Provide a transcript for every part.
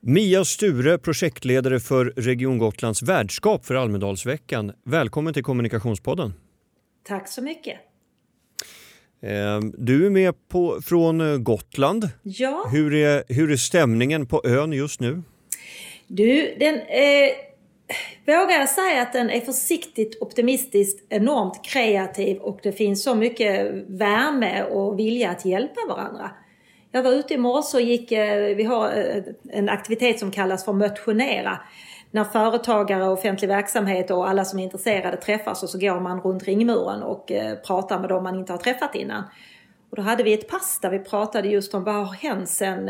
Mia Sture, projektledare för Region Gotlands värdskap för Almedalsveckan. Välkommen till Kommunikationspodden. Tack så mycket. Du är med från Gotland. Ja. Hur är stämningen på ön just nu? Du, vågar jag säga att den är försiktigt optimistiskt enormt kreativ och det finns så mycket värme och vilja att hjälpa varandra. Jag var ute i morse och vi har en aktivitet som kallas för motionera. När företagare, offentlig verksamhet och alla som är intresserade träffas och så går man runt ringmuren och pratar med dem man inte har träffat innan. Och då hade vi ett pass där vi pratade just om vad har hänt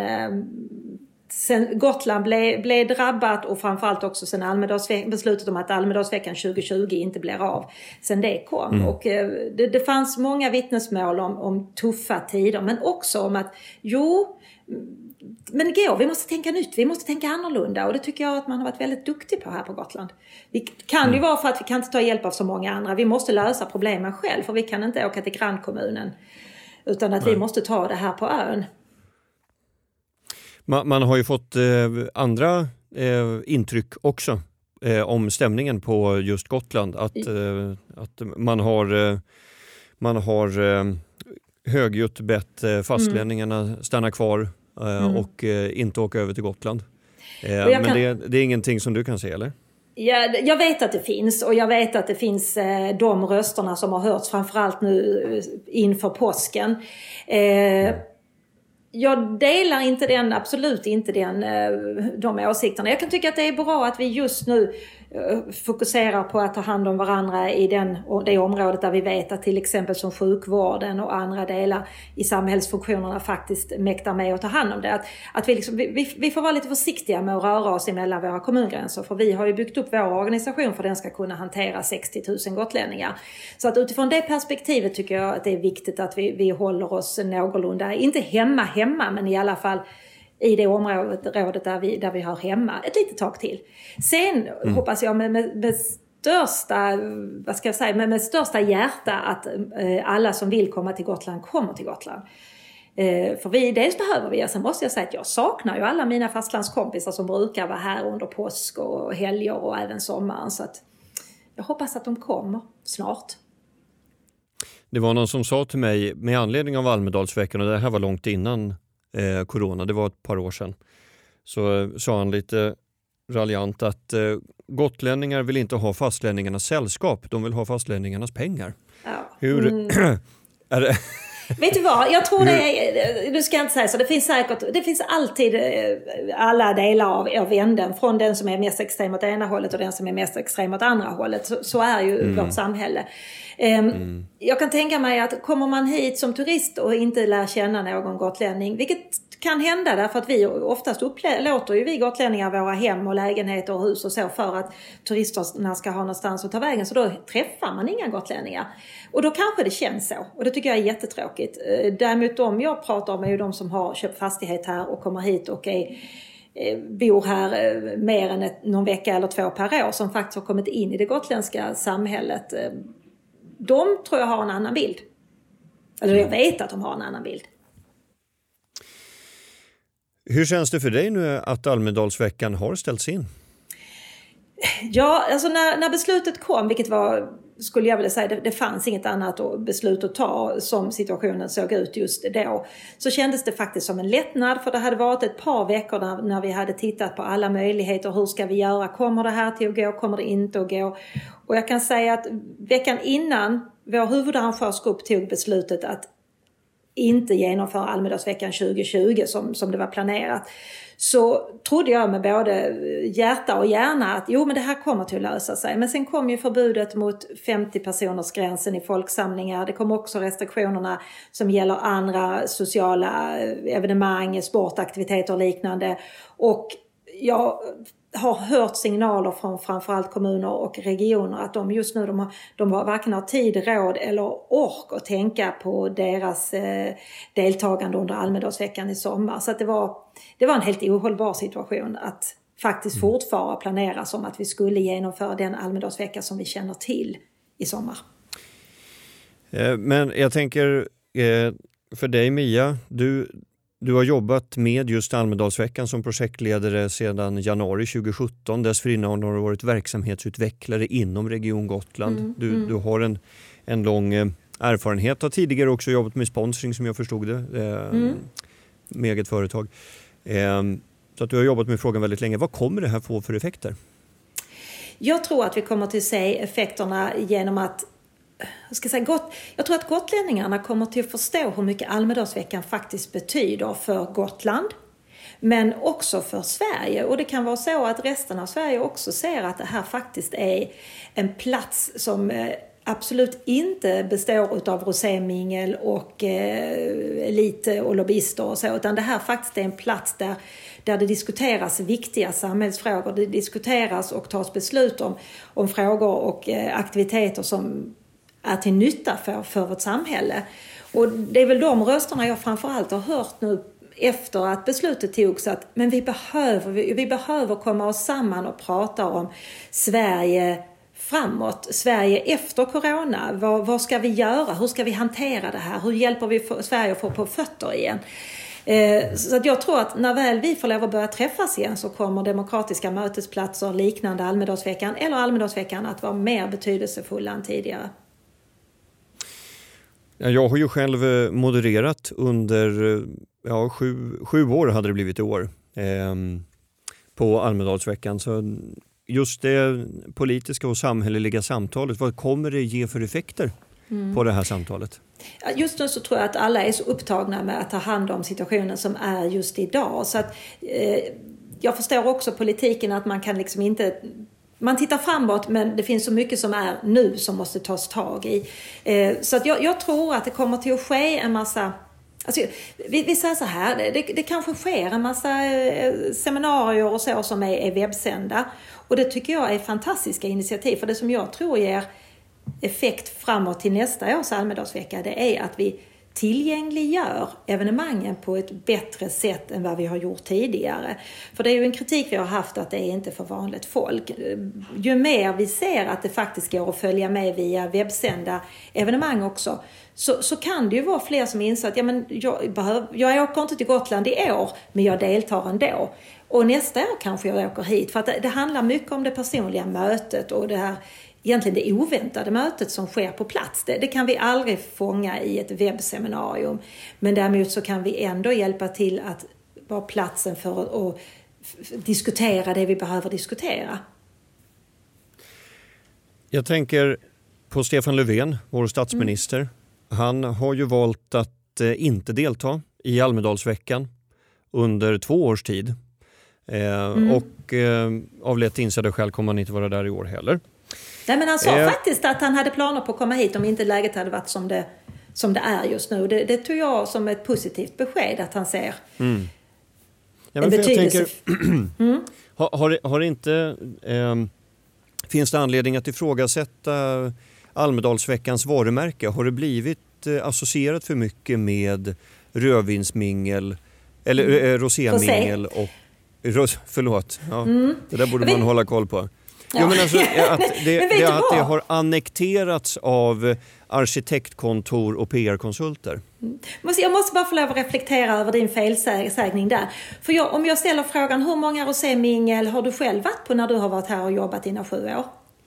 sen Gotland blev drabbat och framförallt också sen beslutet om att Almedalsveckan 2020 inte blir av. Sen det kom. Och det fanns många vittnesmål om tuffa tider men också om att men det går, vi måste tänka nytt, vi måste tänka annorlunda och det tycker jag att man har varit väldigt duktig på här på Gotland. Vi kan ju vara för att vi kan inte ta hjälp av så många andra, vi måste lösa problemen själv för vi kan inte åka till grannkommunen utan att vi måste ta det här på ön. Man har ju fått andra intryck också om stämningen på just Gotland. Att man har högljutt bett fastlänningarna stanna kvar och inte åka över till Gotland. Men det är ingenting som du kan se, eller? Ja, jag vet att det finns och jag vet att det finns de rösterna som har hörts framförallt nu inför påsken. Jag delar absolut inte de åsikterna. Jag kan tycka att det är bra att vi just nu fokuserar på att ta hand om varandra i det området där vi vet att till exempel som sjukvården och andra delar i samhällsfunktionerna faktiskt mäktar med att ta hand om det. Att vi får vara lite försiktiga med att röra oss emellan våra kommungränser för vi har ju byggt upp vår organisation för att den ska kunna hantera 60 000 gotlänningar. Så att utifrån det perspektivet tycker jag att det är viktigt att vi håller oss någorlunda, inte hemma men i alla fall i det området där vi hör hemma ett litet tag till. Sen hoppas jag med största hjärta att alla som vill komma till Gotland kommer till Gotland. För dels behöver vi, sen måste jag säga att jag saknar ju alla mina fastlandskompisar som brukar vara här under påsk och helger och även sommaren. Så att jag hoppas att de kommer snart. Det var någon som sa till mig med anledning av Almedalsveckan, och det här var långt innan corona, det var ett par år sedan, så sa han lite raljant att gotlänningar vill inte ha fastlänningarnas sällskap, de vill ha fastlänningarnas pengar. Ja. Hur är det? Vet du vad, jag tror du ska inte säga så, det finns alltid alla delar av änden, från den som är mest extrem åt ena hållet och den som är mest extrem åt andra hållet, så är ju vårt samhälle. Jag kan tänka mig att kommer man hit som turist och inte lär känna någon gotlänning, vilket kan hända därför att vi oftast låter ju vi gotlänningar våra hem och lägenheter och hus och så för att turisterna ska ha någonstans att ta vägen, så då träffar man inga gotlänningar. Och då kanske det känns så. Och det tycker jag är jättetråkigt. Däremot de jag pratar om är ju de som har köpt fastighet här och kommer hit och bor här mer än någon vecka eller 2 per år, som faktiskt har kommit in i det gotländska samhället. De tror jag har en annan bild. Eller jag vet att de har en annan bild. Hur känns det för dig nu att Almedalsveckan har ställts in? Ja, alltså när beslutet kom, vilket var, skulle jag vilja säga, det fanns inget annat beslut att ta som situationen såg ut just då, så kändes det faktiskt som en lättnad, för det hade varit ett par veckor när vi hade tittat på alla möjligheter. Hur ska vi göra? Kommer det här till att gå? Kommer det inte att gå? Och jag kan säga att veckan innan vår huvudarrangörsgrupp tog beslutet att inte genomföra Almedalsveckan 2020 som det var planerat, så trodde jag med både hjärta och hjärna att men det här kommer till att lösa sig. Men sen kom ju förbudet mot 50 personers gränsen i folksamlingar. Det kom också restriktionerna som gäller andra sociala evenemang, sportaktiviteter och liknande. Och jag har hört signaler från framförallt kommuner och regioner att de just nu de varken har tid, råd eller ork att tänka på deras deltagande under Almedalsveckan i sommar. Så att det var en helt ohållbar situation att faktiskt fortfarande planera som att vi skulle genomföra den Almedalsvecka som vi känner till i sommar. Men jag tänker för dig, Mia, Du har jobbat med just Almedalsveckan som projektledare sedan januari 2017. Dessförinnan har du varit verksamhetsutvecklare inom Region Gotland. Du har en lång erfarenhet. Har tidigare också jobbat med sponsring som jag förstod det. Med eget företag. Så att du har jobbat med frågan väldigt länge. Vad kommer det här få för effekter? Jag tror att vi kommer att se effekterna genom att jag tror att gotlänningarna kommer till att förstå hur mycket Almedalsveckan faktiskt betyder för Gotland. Men också för Sverige. Och det kan vara så att resten av Sverige också ser att det här faktiskt är en plats som absolut inte består av rosémingel och elit och lobbyister och så. Utan det här faktiskt är en plats där det diskuteras viktiga samhällsfrågor. Det diskuteras och tas beslut om frågor och aktiviteter som är till nytta för vårt samhälle. Och det är väl de rösterna jag framförallt har hört nu efter att beslutet togs, att men vi behöver komma oss samman och prata om Sverige framåt, Sverige efter corona. Vad ska vi göra? Hur ska vi hantera det här? Hur hjälper vi Sverige att få på fötter igen? Så att jag tror att när väl vi får lov att börja träffas igen så kommer demokratiska mötesplatser liknande Almedalsveckan eller Almedalsveckan att vara mer betydelsefulla än tidigare. Jag har ju själv modererat under 7 år hade det blivit i år på Almedalsveckan. Så just det politiska och samhälleliga samtalet, vad kommer det ge för effekter på det här samtalet? Just nu så tror jag att alla är så upptagna med att ta hand om situationen som är just idag. Så att jag förstår också politiken att man kan liksom inte... Man tittar framåt men det finns så mycket som är nu som måste tas tag i. Så att jag tror att det kommer till att ske en massa... Alltså, vi säger så här, det kanske sker en massa seminarier och så som är webbsända. Och det tycker jag är fantastiska initiativ. För det som jag tror ger effekt framåt till nästa års Almedalsvecka, det är att vi tillgängliggör evenemangen på ett bättre sätt än vad vi har gjort tidigare. För det är ju en kritik vi har haft att det är inte för vanligt folk. Ju mer vi ser att det faktiskt går att följa med via webbsända evenemang också, så kan det ju vara fler som inser att jag åker inte till Gotland i år, men jag deltar ändå. Och nästa år kanske jag åker hit. För att det handlar mycket om det personliga mötet och det här egentligen det oväntade mötet som sker på plats. Det kan vi aldrig fånga i ett webbseminarium. Men däremot så kan vi ändå hjälpa till att vara platsen för att diskutera det vi behöver diskutera. Jag tänker på Stefan Löfven, vår statsminister. Han har ju valt att inte delta i Almedalsveckan under 2 års tid. Och av lätt insedda skäl kommer han inte vara där i år heller. Nej, men han sa faktiskt att han hade planer på att komma hit om inte läget hade varit som det är just nu. Det tog jag som ett positivt besked att han ser en betydelse. Har inte, finns det anledning att ifrågasätta Almedalsveckans varumärke? Har det blivit associerat för mycket med rödvinsmingel eller rosémingel och förlåt. Ja, det där borde man hålla koll på. Ja. Jo, men alltså, att det har annekterats av arkitektkontor och PR-konsulter. Jag måste bara få lov att reflektera över din felsägning där. För om jag ställer frågan, hur många rosémingel har du själv varit på när du har varit här och jobbat dina 7 år?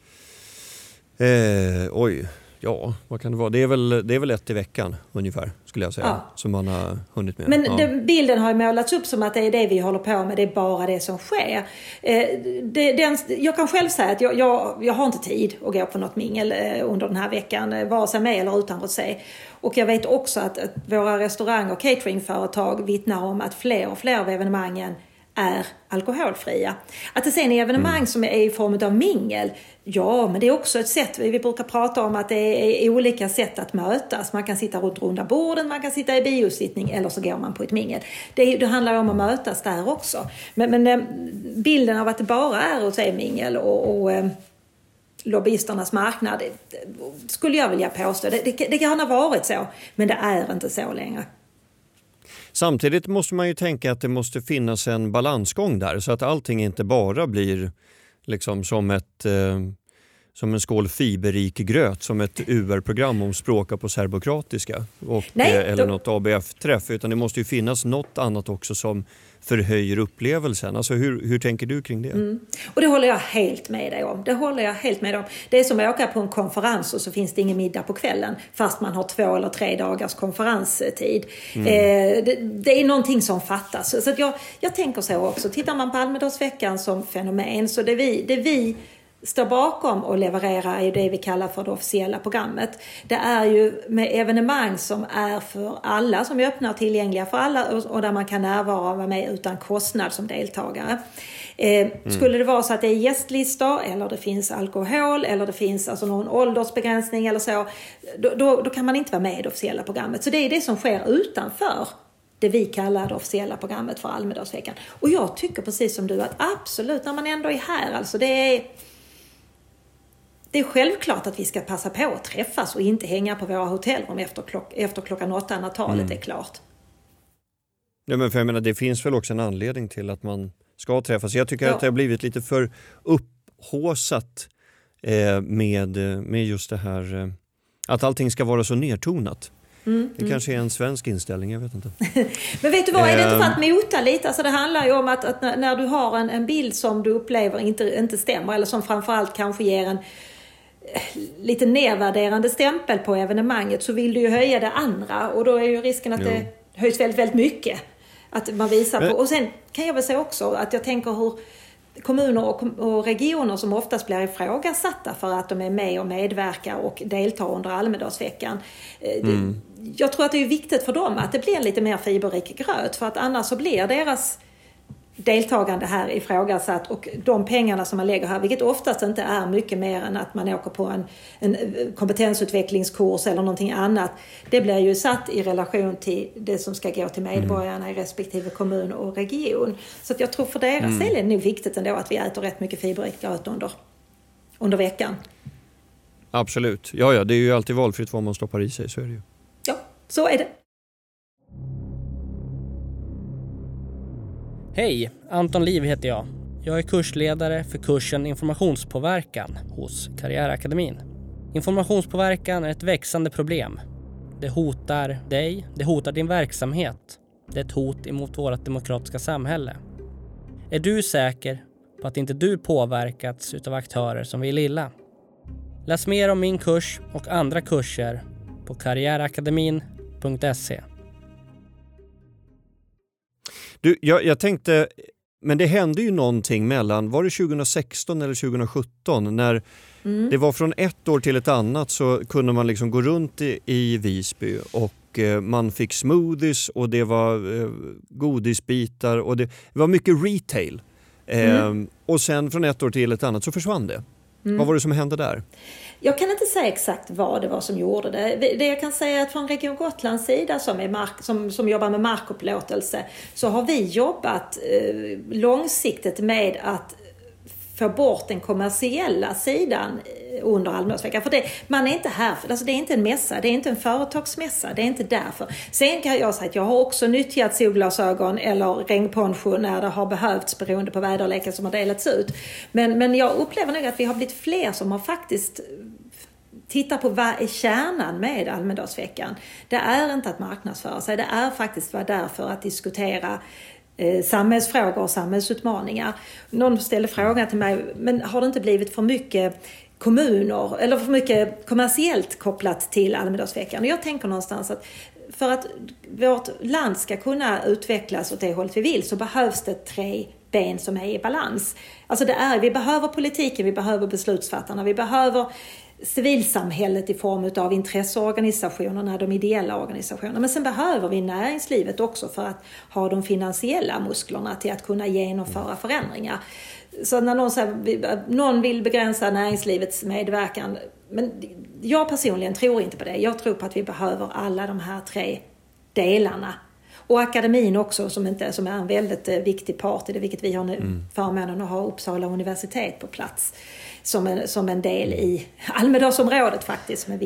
Vad kan det vara? Det är väl 1 i veckan ungefär, skulle jag säga, som man har hunnit med. Men bilden har ju målats upp som att det är det vi håller på med, det är bara det som sker. Jag kan själv säga att jag har inte tid att gå på något mingel under den här veckan, vare sig med eller utan rosé. Och jag vet också att våra restaurang- och cateringföretag vittnar om att fler och fler av evenemangen är alkoholfria. Att det sen är evenemang som är i form av mingel, men det är också ett sätt, vi brukar prata om att det är olika sätt att mötas. Man kan sitta runt runda borden, man kan sitta i biosittning eller så går man på ett mingel. Det handlar om att mötas där också. Men bilden av att det bara är rosémingel och lobbyisternas marknad, skulle jag vilja påstå. Det kan ha varit så, men det är inte så längre. Samtidigt måste man ju tänka att det måste finnas en balansgång där så att allting inte bara blir liksom som ett som en skål fiberrik gröt som ett UR-program om språka på serbokroatiska eller något ABF-träff, utan det måste ju finnas något annat också som förhöjer upplevelsen. Alltså hur tänker du kring det? Och det håller jag helt med dig om. Det är som att åka på en konferens och så finns det ingen middag på kvällen fast man har 2 eller 3 dagars konferenstid. Det är någonting som fattas. Så att jag tänker så också. Tittar man på Almedalsveckan som fenomen, så det vi står bakom och levererar är ju det vi kallar för det officiella programmet. Det är ju med evenemang som är för alla, som är öppna och tillgängliga för alla och där man kan närvara och vara med utan kostnad som deltagare. Skulle det vara så att det är gästlistor eller det finns alkohol eller det finns alltså någon åldersbegränsning eller så, då kan man inte vara med i det officiella programmet. Så det är det som sker utanför det vi kallar det officiella programmet för Almedalsveckan. Och jag tycker precis som du att absolut, när man ändå är här, alltså det är självklart att vi ska passa på att träffas och inte hänga på våra hotellrum efter klockan 8 när talet är klart. Ja, men för jag menar, det finns väl också en anledning till att man ska träffas. Jag tycker att det har blivit lite för upphåsat med just det här att allting ska vara så nedtonat. Det kanske är en svensk inställning, jag vet inte. Men vet du vad, är det inte för att mota lite? Alltså det handlar ju om att när du har en bild som du upplever inte stämmer, eller som framförallt kanske ger en lite nedvärderande stämpel på evenemanget, så vill du ju höja det andra, och då är ju risken att det höjs väldigt, väldigt mycket. Att man visar på. Och sen kan jag väl säga också att jag tänker hur kommuner och regioner som oftast blir ifrågasatta för att de är med och medverkar och deltar under Almedalsveckan. Jag tror att det är viktigt för dem att det blir lite mer fiberrik gröt, för att annars så blir deras deltagande här ifrågasatt, och de pengarna som man lägger här, vilket oftast inte är mycket mer än att man åker på en kompetensutvecklingskurs eller någonting annat, det blir ju satt i relation till det som ska gå till medborgarna i respektive kommun och region. Så att jag tror för deras del är det nog viktigt ändå att vi äter rätt mycket fiberrik gröt under veckan. Absolut. Ja, det är ju alltid valfritt vad man stoppar i sig, så är det ju. Ja, så är det. Hej, Anton Liv heter jag. Jag är kursledare för kursen Informationspåverkan hos Karriärakademin. Informationspåverkan är ett växande problem. Det hotar dig, det hotar din verksamhet. Det är ett hot emot vårt demokratiska samhälle. Är du säker på att inte du påverkats utav aktörer som vill illa? Läs mer om min kurs och andra kurser på karriärakademin.se. Du, jag tänkte, men det hände ju någonting mellan, var det 2016 eller 2017, när det var från ett år till ett annat, så kunde man liksom gå runt i Visby och man fick smoothies och det var godisbitar och det var mycket retail. Och sen från ett år till ett annat så försvann det. Vad var det som hände där? Jag kan inte säga exakt vad det var som gjorde det. Det jag kan säga är att från Region Gotlands sida som jobbar med markupplåtelse, så har vi jobbat långsiktigt med att få bort den kommersiella sidan under Almedalsveckan. För man är inte här, alltså det är inte en mässa, det är inte en företagsmässa, det är inte därför. Sen kan jag säga att jag har också nyttjat solglasögon eller regnponcho när det har behövts, beroende på väderleken som har delats ut. Men jag upplever nog att vi har blivit fler som har faktiskt tittat på vad är kärnan med Almedalsveckan. Det är inte att marknadsföra sig, det är faktiskt vara där för att diskutera samhällsfrågor och samhällsutmaningar. Någon ställde frågan till mig, men har det inte blivit för mycket kommuner eller för mycket kommersiellt kopplat till Almedalsveckan? Och jag tänker någonstans att för att vårt land ska kunna utvecklas åt det hållet vi vill, så behövs det 3 ben som är i balans. Alltså vi behöver politiken, vi behöver beslutsfattarna, vi behöver civilsamhället i form av intresseorganisationerna, de ideella organisationerna. Men sen behöver vi näringslivet också för att ha de finansiella musklerna till att kunna genomföra förändringar. Så när någon vill begränsa näringslivets medverkan, men jag personligen tror inte på det. Jag tror på att vi behöver alla de här 3 delarna. Och akademin också, som är en väldigt viktig part i det, vilket vi har nu förmånen att ha Uppsala universitet på plats som en del i Almedalsområdet faktiskt, som en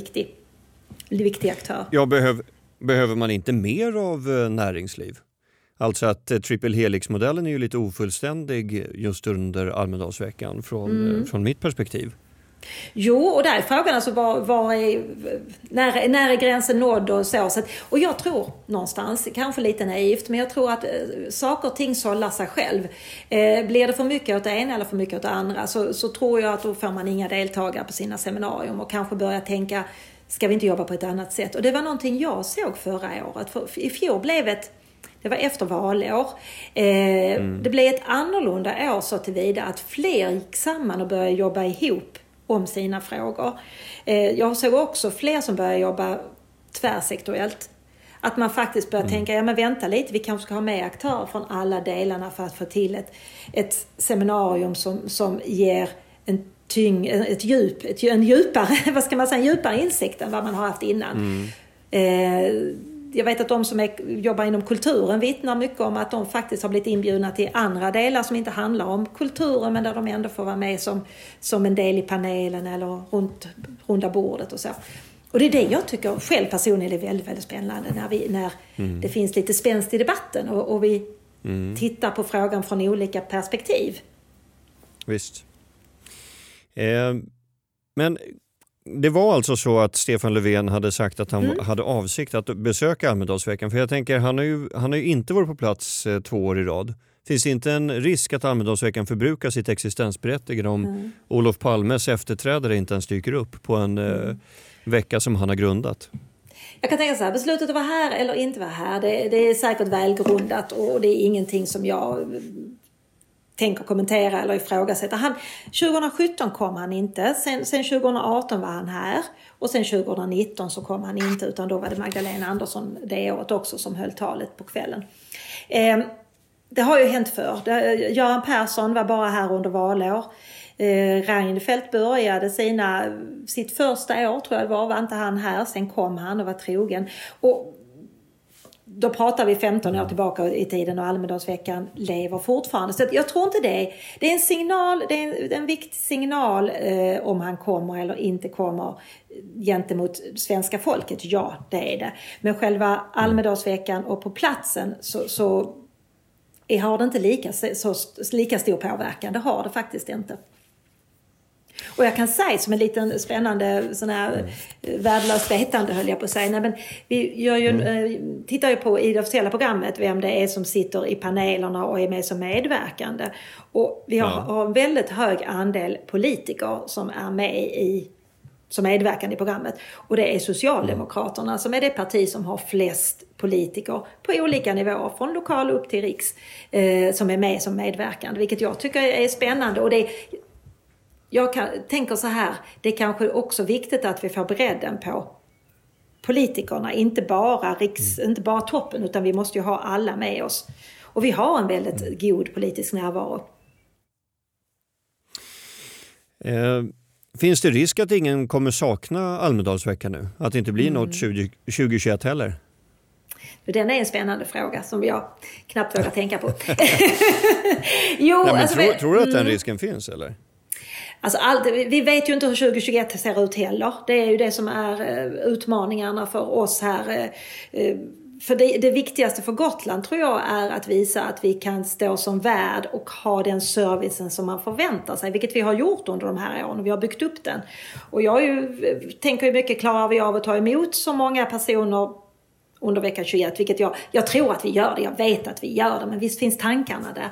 viktig aktör. Ja, behöver man inte mer av näringsliv? Alltså att Triple Helix-modellen är ju lite ofullständig just under Almedalsveckan från mitt perspektiv. Jo, och där är frågan alltså när är gränsen nådd och så. Och jag tror någonstans, kanske lite naivt, men jag tror att saker och ting sållar sig själv. Blir det för mycket åt det ena eller för mycket åt det andra så tror jag att då får man inga deltagare på sina seminarium och kanske börja tänka, ska vi inte jobba på ett annat sätt? Och det var någonting jag såg förra året. För i fjol blev det var efter valår. Det blev ett annorlunda år så tillvida att fler gick samman och började jobba ihop om sina frågor. Jag såg också fler som började jobba tvärsektoriellt. Att man faktiskt börjar tänka, ja men vänta lite, vi kanske ska ha med aktörer från alla delarna för att få till ett seminarium som ger en djupare, vad ska man säga, djupare insikt än vad man har haft innan. Jag vet att de som jobbar inom kulturen vittnar mycket om att de faktiskt har blivit inbjudna till andra delar som inte handlar om kulturen, men där de ändå får vara med som en del i panelen eller runda bordet och så. Och det är det jag tycker själv personligen är väldigt, väldigt spännande när det finns lite spänst i debatten och vi tittar på frågan från olika perspektiv. Visst. Men det var alltså så att Stefan Löfven hade sagt att han hade avsikt att besöka Almedalsveckan. För jag tänker, han har ju inte varit på plats 2 år i rad. Finns det inte en risk att Almedalsveckan förbrukar sitt existensberättigande om Olof Palmes efterträdare inte ens dyker upp på en vecka som han har grundat? Jag kan tänka så här, beslutet att vara här eller inte vara här, det är säkert välgrundat och det är ingenting som jag tänker kommentera eller ifrågasätta. 2017 kom han inte, sen 2018 var han här och sen 2019 så kom han inte, utan då var det Magdalena Andersson det året också som höll talet på kvällen. Det har ju hänt förr. Göran Persson var bara här under valår. Reinfeldt började sitt första år, tror jag det var inte han här, sen kom han och var trogen. Och då pratar vi 15 år tillbaka i tiden och Almedalsveckan lever fortfarande. Så jag tror inte det är en signal, det är en viktig signal om han kommer eller inte kommer gentemot svenska folket. Ja, det är det. Men själva Almedalsveckan och på platsen så har det inte lika stor påverkan. Det har det faktiskt inte. Och jag kan säga som en liten spännande sån här värdelöst vetande höll jag på att säga. Nej, men vi tittar ju på i det officiella programmet vem det är som sitter i panelerna och är med som medverkande. Och vi har en väldigt hög andel politiker som är med som medverkande i programmet. Och det är Socialdemokraterna som är det parti som har flest politiker på olika nivåer, från lokal upp till riks, som är med som medverkande. Vilket jag tycker är spännande. Och tänker så här, det är kanske också viktigt att vi får bredden på politikerna, inte bara toppen, utan vi måste ju ha alla med oss. Och vi har en väldigt god politisk närvaro. Finns det risk att ingen kommer sakna Almedalsveckan nu? Att det inte blir något 2021 heller? Den är en spännande fråga som jag knappt vågar tänka på. Tror du att den risken finns eller? Alltså vi vet ju inte hur 2021 ser ut heller. Det är ju det som är utmaningarna för oss här. För det viktigaste för Gotland tror jag är att visa att vi kan stå som värd och ha den servicen som man förväntar sig. Vilket vi har gjort under de här åren och vi har byggt upp den. Och jag tänker ju mycket, klarar vi av att ta emot så många personer under vecka 21. Vilket jag tror att vi gör det, jag vet att vi gör det. Men visst finns tankarna där.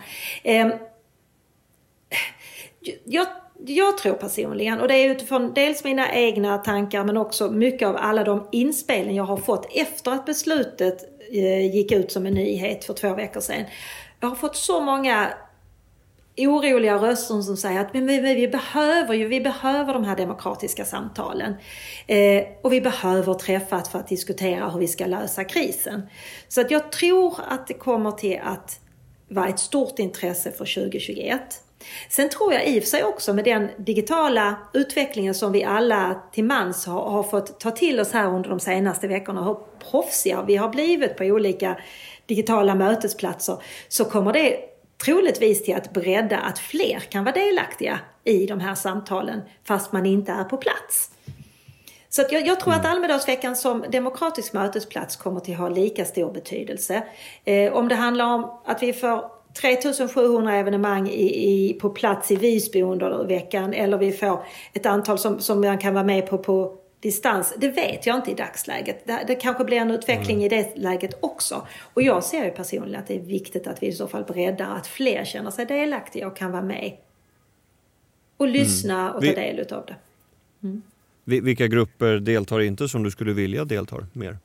Jag tror personligen, och det är utifrån dels mina egna tankar men också mycket av alla de inspelningar jag har fått efter att beslutet gick ut som en nyhet för 2 veckor sedan. Jag har fått så många oroliga röster som säger att vi behöver de här demokratiska samtalen. Och vi behöver träffas för att diskutera hur vi ska lösa krisen. Så att jag tror att det kommer till att vara ett stort intresse för 2021. Sen tror jag i och för sig också med den digitala utvecklingen som vi alla till mans har fått ta till oss här under de senaste veckorna, hur proffsiga vi har blivit på olika digitala mötesplatser, så kommer det troligtvis till att bredda att fler kan vara delaktiga i de här samtalen fast man inte är på plats. Så att jag tror att Almedalsveckan som demokratisk mötesplats kommer till att ha lika stor betydelse. Om det handlar om att vi får 3700 evenemang på plats i Visby under veckan, eller vi får ett antal som man kan vara med på distans. Det vet jag inte i dagsläget. Det kanske blir en utveckling i det läget också. Och jag ser ju personligen att det är viktigt att vi i så fall breddar, att fler känner sig delaktiga och kan vara med och lyssna och ta del av det. Vilka grupper deltar inte som du skulle vilja delta mer?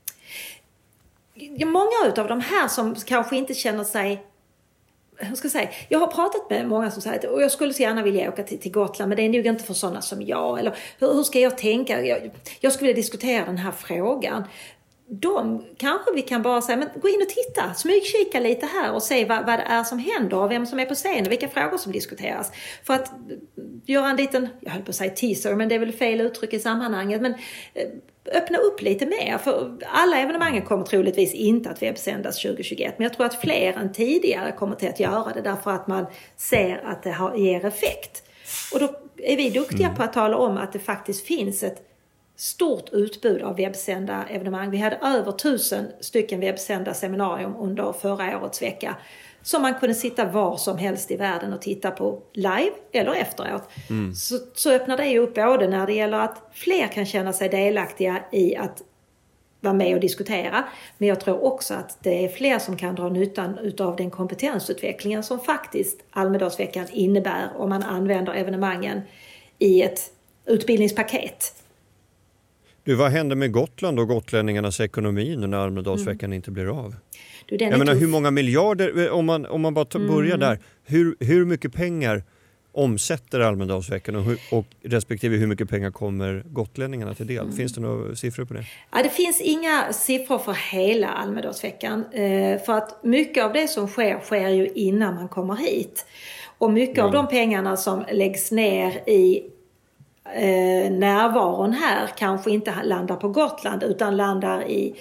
Många av de här som kanske inte känner sig... Jag har pratat med många som säger att jag skulle så gärna vilja åka till Gotland, men det är nog inte för sådana som jag. Eller hur ska jag tänka? Jag skulle vilja diskutera den här frågan. Kanske vi kan bara säga, men gå in och titta, smygkika lite här och se vad det är som händer och vem som är på scen och vilka frågor som diskuteras. För att göra en liten, jag höll på att säga teaser, men det är väl fel uttryck i sammanhanget, men öppna upp lite mer. För alla evenemangen kommer troligtvis inte att webbsändas 2021, men jag tror att fler än tidigare kommer till att göra det därför att man ser att det ger effekt. Och då är vi duktiga på att tala om att det faktiskt finns ett stort utbud av webbsända evenemang. Vi hade över 1000 stycken webbsända seminarium under förra årets vecka som man kunde sitta var som helst i världen och titta på live eller efteråt. Så öppnar det upp både när det gäller att fler kan känna sig delaktiga i att vara med och diskutera, men jag tror också att det är fler som kan dra nyttan utav den kompetensutvecklingen som faktiskt Almedalsveckan innebär om man använder evenemangen i ett utbildningspaket. Vad händer med Gotland och gotlänningarnas ekonomi nu när Almedalsveckan inte blir av? Jag menar, hur många miljarder, om man bara börjar där, hur mycket pengar omsätter Almedalsveckan och respektive hur mycket pengar kommer gotlänningarna till del? Finns det några siffror på det? Ja, det finns inga siffror för hela Almedalsveckan. För att mycket av det som sker ju innan man kommer hit. Och mycket av de pengarna som läggs ner i närvaron här kanske inte landar på Gotland utan landar i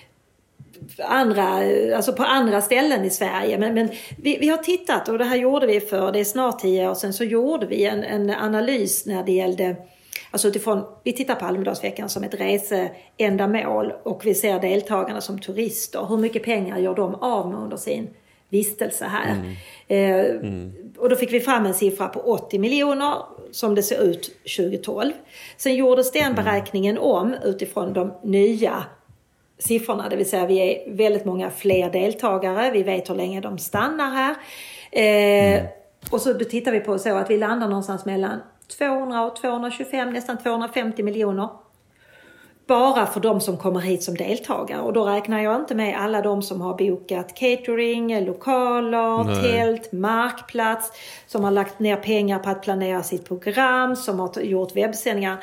på andra ställen i Sverige. Men vi har tittat, och det här gjorde vi för, det är snart 10 år sedan, så gjorde vi en analys när det gällde, alltså utifrån, vi tittar på Almedalsveckan som ett reseändamål och vi ser deltagarna som turister. Hur mycket pengar gör de av med under sin vistelse här? Och då fick vi fram en siffra på 80 miljoner som det ser ut 2012. Sen gjordes den beräkningen om utifrån de nya siffrorna, det vill säga vi är väldigt många fler deltagare, vi vet hur länge de stannar här. Och så då tittar vi på så att vi landar någonstans mellan 200 och 225, nästan 250 miljoner. Bara för de som kommer hit som deltagare. Och då räknar jag inte med alla de som har bokat catering, lokaler, tält, markplats. Som har lagt ner pengar på att planera sitt program. Som har gjort webbsändningar.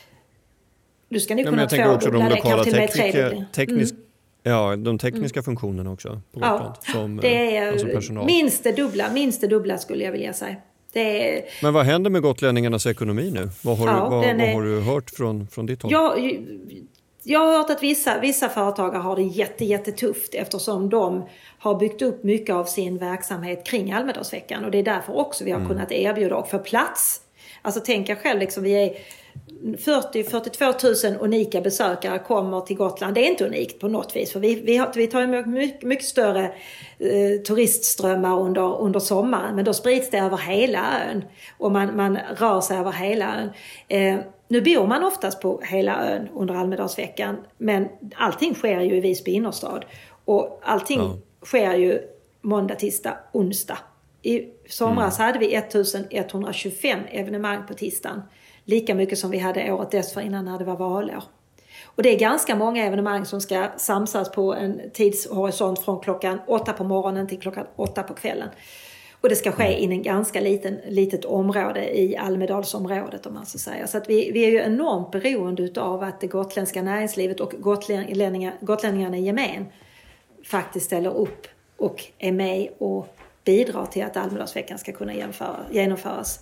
Du ska nu kunna tvådubbla det, kanske till och med de tekniska funktionerna också på Gotland. Som, det är alltså personal. minst det dubbla skulle jag vilja säga. Men vad händer med gotlänningarnas ekonomi nu? Vad har du hört från ditt håll? Jag har hört att vissa företagare har det jättetufft eftersom de har byggt upp mycket av sin verksamhet kring Almedalsveckan. Och det är därför också vi har kunnat erbjuda och få plats. Alltså tänk er själv, liksom, vi är 40-42 000 unika besökare kommer till Gotland. Det är inte unikt på något vis. För vi tar emot mycket större turistströmmar under sommaren. Men då sprids det över hela ön. Och man rör sig över hela ön. Nu bor man oftast på hela ön under Almedalsveckan. Men allting sker ju i Visby innerstad. Och allting sker ju måndag, tisdag, onsdag. I somras hade vi 1125 evenemang på tisdagen. Lika mycket som vi hade året dessförinnan när det var valår. Och det är ganska många evenemang som ska samsas på en tidshorisont från klockan 8 på morgonen till klockan 8 på kvällen. Och det ska ske i en ganska litet område i Almedalsområdet, om man så säger. Så att vi är ju enormt beroende av att det gotländska näringslivet och gotlänningarna i gemen faktiskt ställer upp och är med och bidrar till att Almedalsveckan ska kunna genomföras.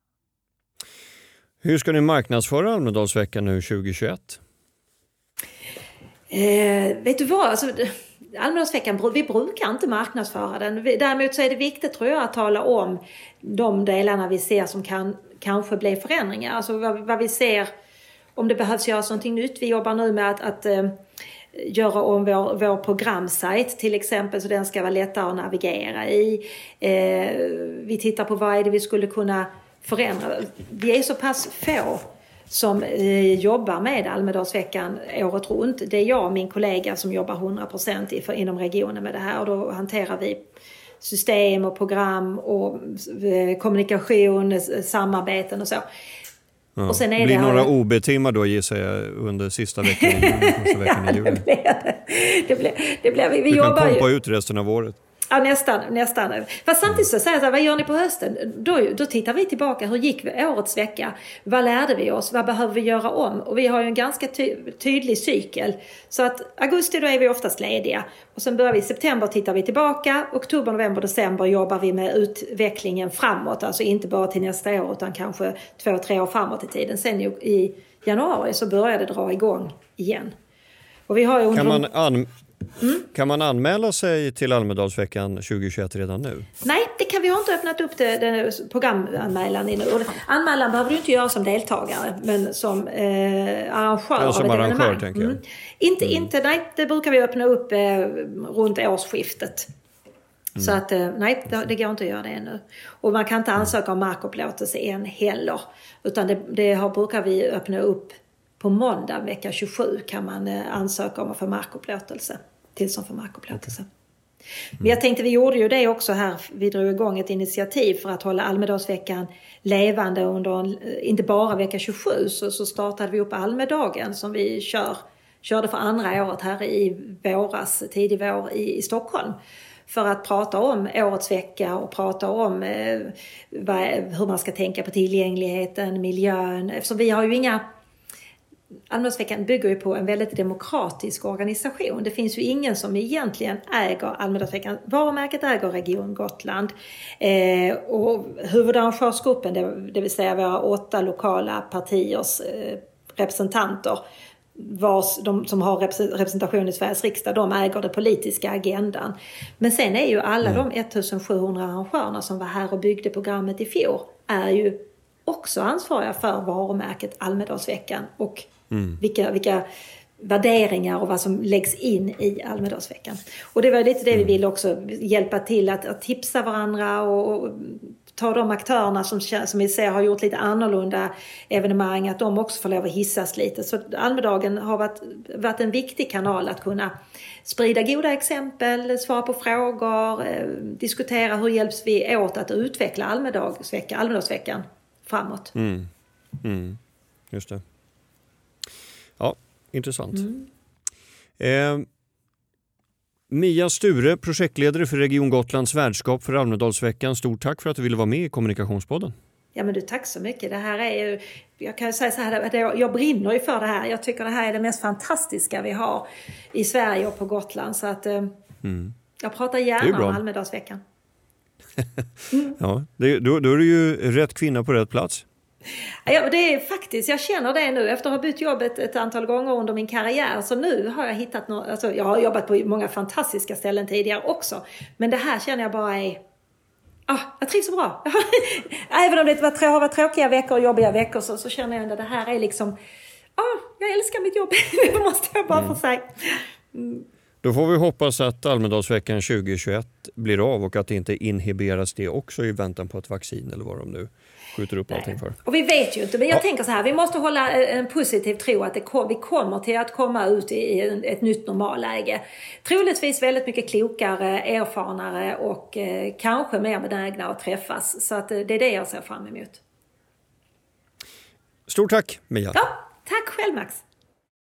Hur ska ni marknadsföra Almedalsveckan nu 2021? Vet du vad? Alltså, Almedalsveckan, vi brukar inte marknadsföra den. Däremot så är det viktigt, tror jag, att tala om de delarna vi ser som kan kanske bli förändringar. Alltså vad vi ser, om det behövs göras någonting nytt. Vi jobbar nu med göra om vår programsajt till exempel så den ska vara lättare att navigera i. Vi tittar på vad är det vi skulle kunna förändra. Vi är så pass få som jobbar med Almedalsveckan året runt. Det är jag och min kollega som jobbar 100% inom regionen med det här och då hanterar vi system och program och kommunikation, samarbeten och så. Ja. Och sen är det blir det några OB-timmar då gissar jag under sista veckan i juli. Det blir vi du kan jobbar kompa ju ut resten av året. Ja, nästan. Fast samtidigt så säger jag så här, vad gör ni på hösten? Då tittar vi tillbaka, hur gick årets vecka? Vad lärde vi oss? Vad behöver vi göra om? Och vi har ju en ganska tydlig cykel. Så att augusti då är vi oftast lediga. Och sen börjar vi i september, tittar vi tillbaka. Oktober, november, december jobbar vi med utvecklingen framåt. Alltså inte bara till nästa år utan kanske 2-3 år framåt i tiden. Sen i januari så börjar det dra igång igen. Och vi har ju Kan man anmäla sig till Almedalsveckan 2021 redan nu? Nej, vi har inte öppnat upp den programanmälan ännu. Anmälan behöver du inte göra som deltagare, men som arrangör. Ja, som arrangör tänker jag. Inte, nej, det brukar vi öppna upp runt årsskiftet. Så att nej, det går inte att göra det ännu. Och man kan inte ansöka om markupplåtelse än heller. Utan det brukar vi öppna upp på måndag vecka 27 kan man ansöka om att få markupplåtelse. Tillstånd för markupplåtelse. Men jag tänkte vi gjorde ju det också här. Vi drog igång ett initiativ för att hålla Almedalsveckan levande under inte bara vecka 27 så startade vi upp Almedagen som vi körde för andra året här i våras, tidig vår i Stockholm. För att prata om årets vecka och prata om hur man ska tänka på tillgängligheten, miljön. Eftersom vi har ju inga... Almedalsveckan bygger ju på en väldigt demokratisk organisation. Det finns ju ingen som egentligen äger Almedalsveckan. Varumärket äger Region Gotland. Och huvudarrangörsgruppen, det vill säga våra 8 lokala partiers representanter, som har representation i Sveriges riksdag, de äger den politiska agendan. Men sen är ju alla de 1700 arrangörerna som var här och byggde programmet i fjol är ju också ansvariga för varumärket Almedalsveckan och vilka värderingar och vad som läggs in i Almedalsveckan. Och det var lite det vi vill också hjälpa till att tipsa varandra och ta de aktörerna som vi ser har gjort lite annorlunda evenemang, att de också får lov att hissas lite. Så Almedagen har varit en viktig kanal att kunna sprida goda exempel, svara på frågor, diskutera hur hjälps vi åt att utveckla Almedalsveckan framåt. Just det. Ja, intressant. Mia Sture, projektledare för Region Gotlands värdskap för Almedalsveckan. Stort tack för att du ville vara med i Kommunikationspodden. Ja, men du, tack så mycket. Det här är ju, jag kan ju säga så här, att jag brinner ju för det här. Jag tycker det här är det mest fantastiska vi har i Sverige och på Gotland. Så att jag pratar gärna om Almedalsveckan. Ja, då är du ju rätt kvinna på rätt plats. Ja, det är faktiskt, jag känner det nu efter att ha bytt jobb ett antal gånger under min karriär. Så nu har jag hittat något, alltså jag har jobbat på många fantastiska ställen tidigare också. Men det här känner jag bara är, jag trivs så bra. Även om det har varit tråkiga veckor och jobbiga veckor så känner jag ändå att det här är liksom, jag älskar mitt jobb. Det måste jag bara få säga. Då får vi hoppas att Almedalsveckan 2021 blir av och att det inte inhiberas det också i väntan på ett vaccin eller vad de nu skjuter upp allting för. Och vi vet ju inte, men jag tänker så här, vi måste hålla en positiv tro att vi kommer till att komma ut i ett nytt normalläge. Troligtvis väldigt mycket klokare, erfarnare och kanske mer benägna att träffas. Så att det är det jag ser fram emot. Stort tack, Mia. Ja, tack själv Max.